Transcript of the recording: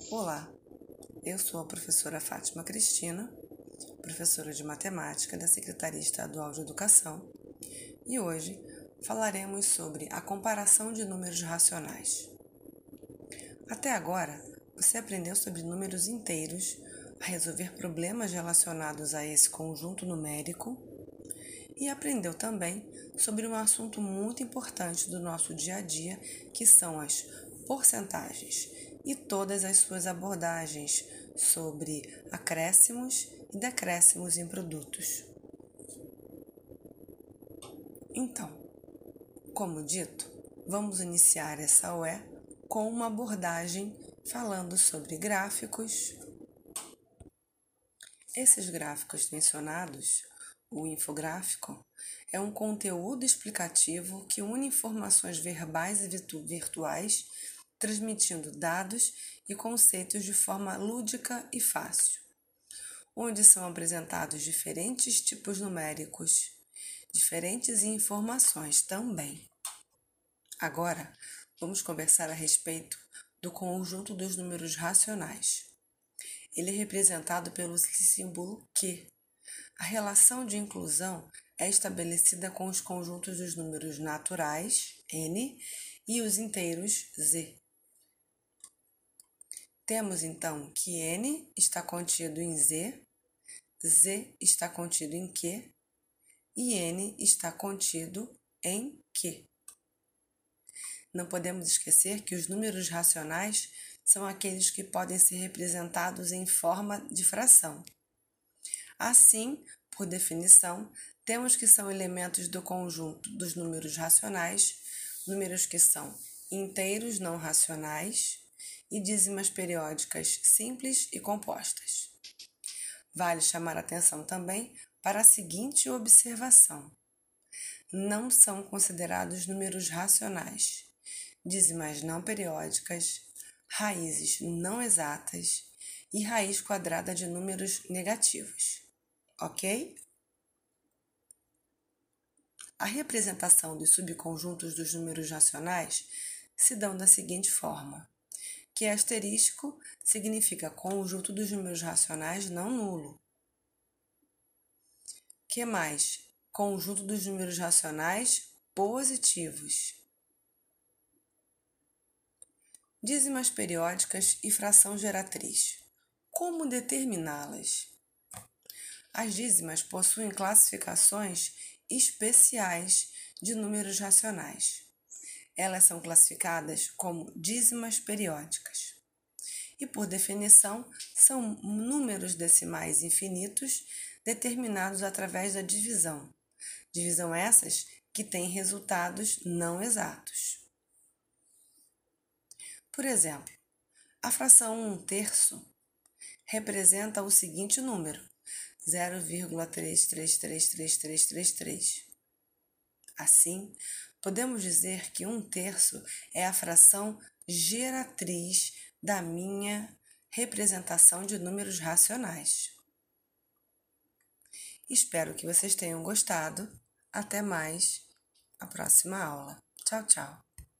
Olá, eu sou a professora Fátima Cristina, professora de matemática da Secretaria Estadual de Educação, e hoje falaremos sobre a comparação de números racionais. Até agora, você aprendeu sobre números inteiros, a resolver problemas relacionados a esse conjunto numérico e aprendeu também sobre um assunto muito importante do nosso dia a dia, que são as porcentagens e todas as suas abordagens sobre acréscimos e decréscimos em produtos. Então, como dito, vamos iniciar essa UE com uma abordagem falando sobre gráficos. Esses gráficos mencionados, o infográfico, é um conteúdo explicativo que une informações verbais e virtuais, transmitindo dados e conceitos de forma lúdica e fácil, onde são apresentados diferentes tipos numéricos, diferentes informações também. Agora, vamos conversar a respeito do conjunto dos números racionais. Ele é representado pelo símbolo Q. A relação de inclusão é estabelecida com os conjuntos dos números naturais, N, e os inteiros, Z. Temos então que N está contido em Z, Z está contido em Q e N está contido em Q. Não podemos esquecer que os números racionais são aqueles que podem ser representados em forma de fração. Assim, por definição, temos que são elementos do conjunto dos números racionais, números que são inteiros não racionais e dízimas periódicas simples e compostas. Vale chamar a atenção também para a seguinte observação: não são considerados números racionais dízimas não periódicas, raízes não exatas e raiz quadrada de números negativos, ok? A representação dos subconjuntos dos números racionais se dão da seguinte forma, que asterístico significa conjunto dos números racionais não nulo. Que mais? Conjunto dos números racionais positivos. Dízimas periódicas e fração geratriz. Como determiná-las? As dízimas possuem classificações especiais de números racionais. Elas são classificadas como dízimas periódicas. E, por definição, são números decimais infinitos determinados através da divisão. Divisão essas que têm resultados não exatos. Por exemplo, a fração 1/3 representa o seguinte número, 0,3333333. Assim, podemos dizer que 1/3 é a fração geratriz da minha representação de números racionais. Espero que vocês tenham gostado. Até mais, a próxima aula. Tchau, tchau.